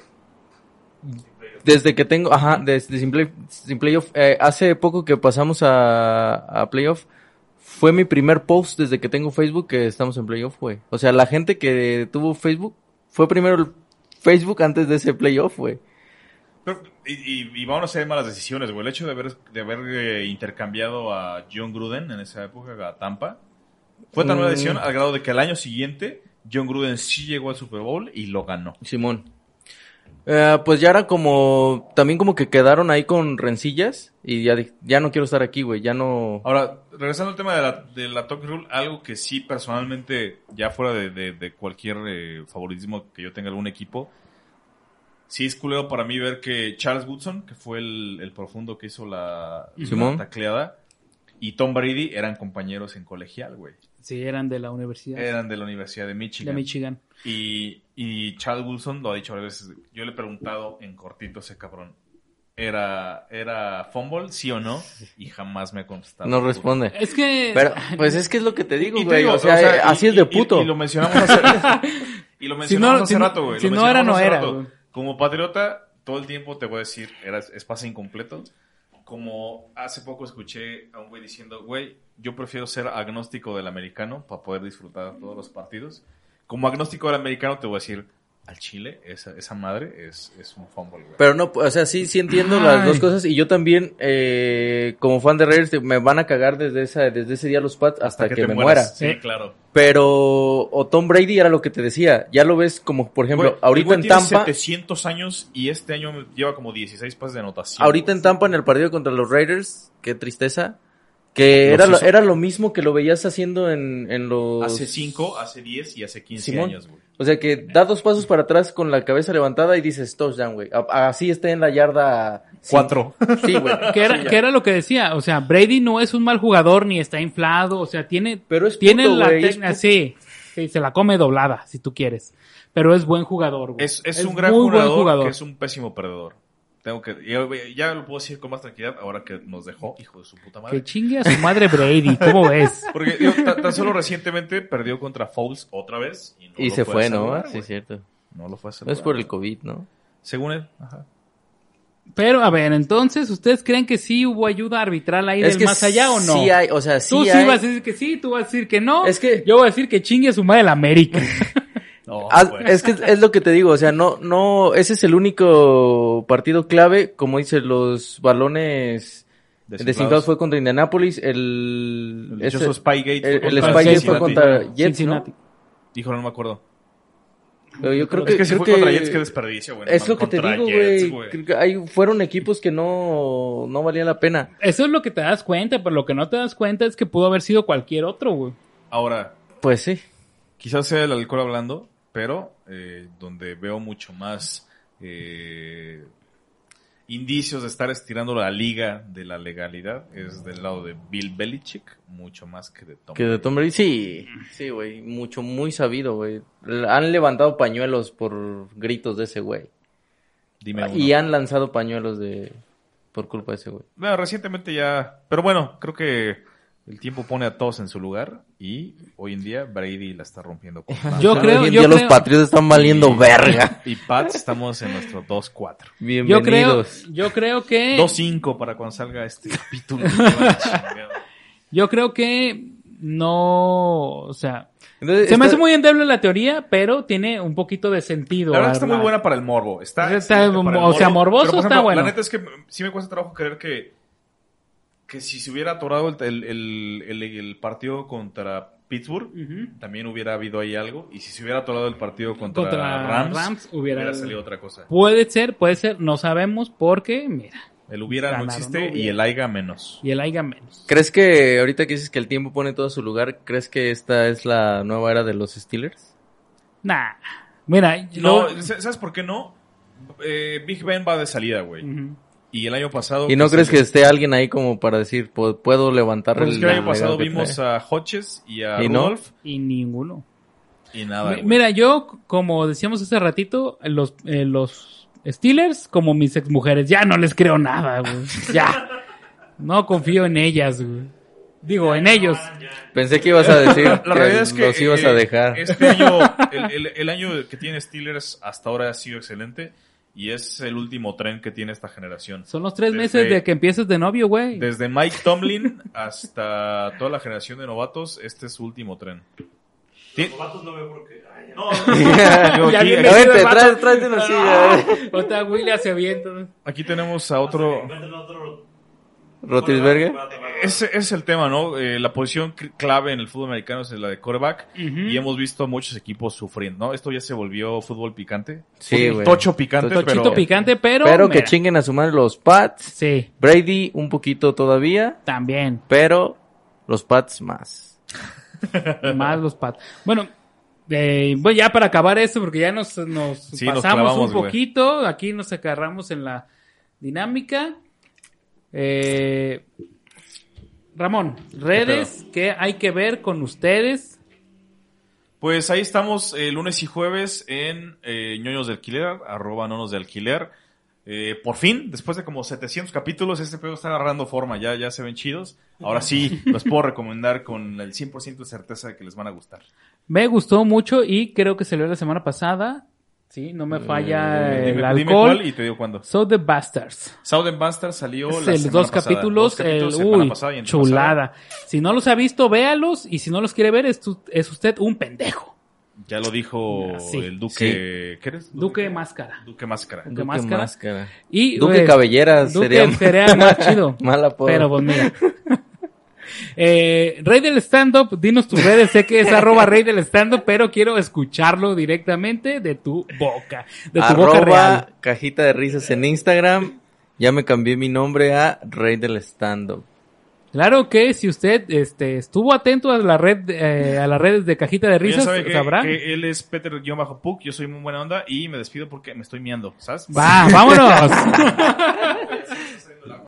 desde que tengo, ajá, desde sin, play- sin playoff. Eh, hace poco que pasamos a, a playoff. Fue mi primer post desde que tengo Facebook que estamos en playoff, güey. O sea, la gente que tuvo Facebook fue primero el Facebook antes de ese playoff, güey. Pero- y, y, y vamos a hacer malas decisiones, güey. El hecho de haber, de haber eh, intercambiado a John Gruden en esa época a Tampa fue tan Mm. mala decisión al grado de que al año siguiente John Gruden sí llegó al Super Bowl y lo ganó. Simón. Eh, pues ya era como, también como que quedaron ahí con rencillas y ya, di- ya no quiero estar aquí, güey, ya no... Ahora, regresando al tema de la, de la Talk Rule, algo que sí personalmente, ya fuera de, de, de cualquier eh, favoritismo que yo tenga algún equipo, sí es culero para mí ver que Charles Woodson, que fue el, el profundo que hizo la, Simón. la tacleada, y Tom Brady eran compañeros en colegial, güey. Sí, eran de la universidad Eran de la Universidad de de Michigan. Michigan. Y, y Charles Wilson lo ha dicho varias veces. Yo le he preguntado en cortito a ese cabrón. ¿Era, era fumble, sí o no? Y jamás me ha contestado. No responde. Es que... Pero, pues es que es lo que te digo, Y te güey, digo, o sea, eh, así y- es de y- puto. Y, lo mencionamos hace, y lo Si mencionamos no- hace si no- rato, güey. si lo no era, mencionamos no hace era, rato. güey. Como patriota, todo el tiempo te voy a decir, era, es pase incompleto. Como hace poco escuché a un güey diciendo, güey, yo prefiero ser agnóstico del americano para poder disfrutar todos los partidos. Como agnóstico del americano te voy a decir, al Chile, esa, esa madre es, es un fumble, güey. Pero no, o sea, sí, sí entiendo Ay. las dos cosas. Y yo también, eh, como fan de Raiders, me van a cagar desde esa, desde ese día los Pats hasta, que, te me mueras. muera. Sí, claro. Pero, o Tom Brady era lo que te decía. Ya lo ves como, por ejemplo, Güey, el ahorita güey en tiene Tampa. setecientos años y este año lleva como dieciséis pases de anotación. Ahorita en Tampa, en el partido contra los Raiders, qué tristeza. Que Los era lo, hizo. era lo mismo que lo veías haciendo en, en los... Hace cinco, hace diez y hace quince Simón. años, güey. O sea que da dos pasos para atrás con la cabeza levantada y dices touchdown, güey. A- Así está en la yarda... Cuatro. Sí, güey. Que era, Sí, ya. que era lo que decía, o sea, Brady no es un mal jugador ni está inflado, o sea, tiene, Pero es tiene puto, la güey, es técnica, puto. sí, sí, se la come doblada, si tú quieres, pero es buen jugador, güey. Es, es, un gran muy buen jugador, que es un pésimo perdedor. Tengo que, ya, ya lo puedo decir con más tranquilidad ahora que nos dejó, hijo de su puta madre. Que chingue a su madre Brady, ¿cómo ves? Porque digo, tan, tan solo recientemente perdió contra Foles otra vez. Y, no Y lo se fue, fue, a ¿no? saludar, Sí, güey. es cierto. No lo fue a No saludar. es por el COVID, ¿no? Según él. Ajá. Pero, a ver, entonces, ¿ustedes creen que sí hubo ayuda arbitral ahí del más allá o no? Sí hay, o sea, sí Tú sí hay. vas a decir que sí, tú vas a decir que no. Es que- yo voy a decir que chingue a su madre la América. No, Ah, pues. es que es lo que te digo, o sea, no, no, ese es el único partido clave, como dice, los balones Desinflados. desinflados fue contra Indianapolis, el, El ese- dichoso Spygate fue el, el contra Spygate fue Cincinnati. contra Jets, Cincinnati. ¿no? Híjole, no me acuerdo. Pero yo creo Es que, que si creo fue contra que Jets, qué desperdicio, güey. es No, lo que te contra digo, Jets, güey. Creo que hay, fueron equipos que no, no valía la pena. Eso es lo que te das cuenta, pero lo que no te das cuenta es que pudo haber sido cualquier otro, güey. Ahora, Pues sí. quizás sea el alcohol hablando, pero eh, donde veo mucho más eh, indicios de estar estirando la liga de la legalidad es del lado de Bill Belichick, mucho más que de Tom. Que de Tom Brady, sí, sí, güey, mucho, muy sabido, güey. Han levantado pañuelos por gritos de ese güey. Dime uno. Y han lanzado pañuelos de por culpa de ese güey. Bueno, recientemente ya, pero bueno, creo que el tiempo pone a todos en su lugar y hoy en día Brady la está rompiendo con más. Yo creo, Hoy en yo día los creo- Patriots están valiendo verga. Y Pats estamos en nuestro dos cuatro. Yo creo, Bienvenidos. yo creo que, dos cinco para cuando salga este capítulo. yo creo que no, o sea, Entonces, se me está- hace muy endeble la teoría, pero tiene un poquito de sentido. La verdad que está muy la- buena para el morbo. Está, Está- excelente para el o sea, morboso Pero, por está ejemplo, bueno. La neta es que sí me cuesta trabajo creer que, que si se hubiera atorado el, el, el, el- el partido contra Pittsburgh, Ujú. también hubiera habido ahí algo. Y si se hubiera atorado el partido contra, Contra Rams, Rams hubiera, hubiera- salido otra cosa. Puede ser, puede ser, no sabemos porque, mira, El hubiera no Ganaron, existe no y hubiera. el aiga menos. y el haya menos. ¿Crees que ahorita que dices que el tiempo pone todo a su lugar, crees que esta es la nueva era de los Steelers? Nah, mira, No, lo- ¿sabes por qué no? Eh, Big Ben va de salida, güey. Ujú. Y el año pasado... ¿Y no se- crees que esté alguien ahí como para decir, "Pu- puedo levantar Pues es que el año legado pasado que vimos trae"? a Hodges y a ¿Y no? Rudolph y ninguno. y nada, Mi- güey. Mira, yo, como decíamos hace ratito, los, eh, los Steelers, como mis exmujeres, ya no les creo nada, güey. Ya. No confío en ellas, güey. Digo, en ellos. Pensé que ibas a decir La que realidad es que los ibas eh, a dejar. este año, el, el- el año que tiene Steelers hasta ahora ha sido excelente y es el último tren que tiene esta generación. Son los tres Desde- meses de que empieces de novio, güey. Desde Mike Tomlin hasta toda la generación de novatos, este es su último tren. Ti- Los vatos no veo porque. Ay, ya. No, digo, Ya aquí, viene A ver, el te vato. traes, tráete una silla. eh. Otra Willy hace viento. aquí tenemos a otro... Encuentren otro. Rotisberger. Ese ese es el tema, ¿no? Eh, la posición cl- clave en el fútbol americano es la de quarterback Ujú. y hemos visto muchos equipos sufriendo, ¿no? Esto ya se volvió fútbol picante. Sí, Fútbol güey. Tocho picante, Tochito pero... picante, pero. Pero que mira, chinguen a su madre los Pats. Sí, Brady un poquito todavía, también. pero los Pats más. Más los Pats. Bueno, eh, bueno, ya para acabar esto, porque ya nos, nos Sí, nos pasamos clavamos, un güey. poquito. Aquí nos agarramos en la dinámica. Eh, Ramón, redes que hay que ver con ustedes. Pues ahí estamos eh, lunes y jueves en eh, ñoños de alquiler, arroba nonos de alquiler. Eh, por fin, después de como setecientos capítulos, este pedo está agarrando forma, ya, ya se ven chidos. Ahora sí, los puedo recomendar con el cien por ciento de certeza de que les van a gustar. Me gustó mucho y creo que salió la semana pasada. Sí, no me falla Eh, el dime, alcohol. dime cuál y te digo cuándo. So the Bastards. Southern Bastard salió Es la el semana dos pasada. capítulos, Dos capítulos el, semana uy, pasada y antepasada. chulada. Si no los ha visto, véalos, y si no los quiere ver, es, tu- es usted un pendejo. Ya lo dijo Sí. el Duque. Sí. ¿Qué eres? Duque Máscara. Duque Máscara. Duque Duque Máscara. Máscara. Y, Duque eh, Cabelleras Duque sería, sería más chido. mal apodo. Pero pues mira. Eh, Rey del Stand-Up, dinos tus redes. Sé que es arroba Rey del Stand-Up, pero quiero escucharlo directamente de tu boca. De tu boca real. Arroba Cajita de Risas en Instagram. Ya me cambié mi nombre a Rey del Stand-Up. Claro que si usted este, estuvo atento a la red, eh, a las redes de Cajita de Ya Risas, sabe que, sabrá. que él es Peter-Puck, yo soy muy buena onda y me despido porque me estoy miando, ¿sabes? Va, vámonos.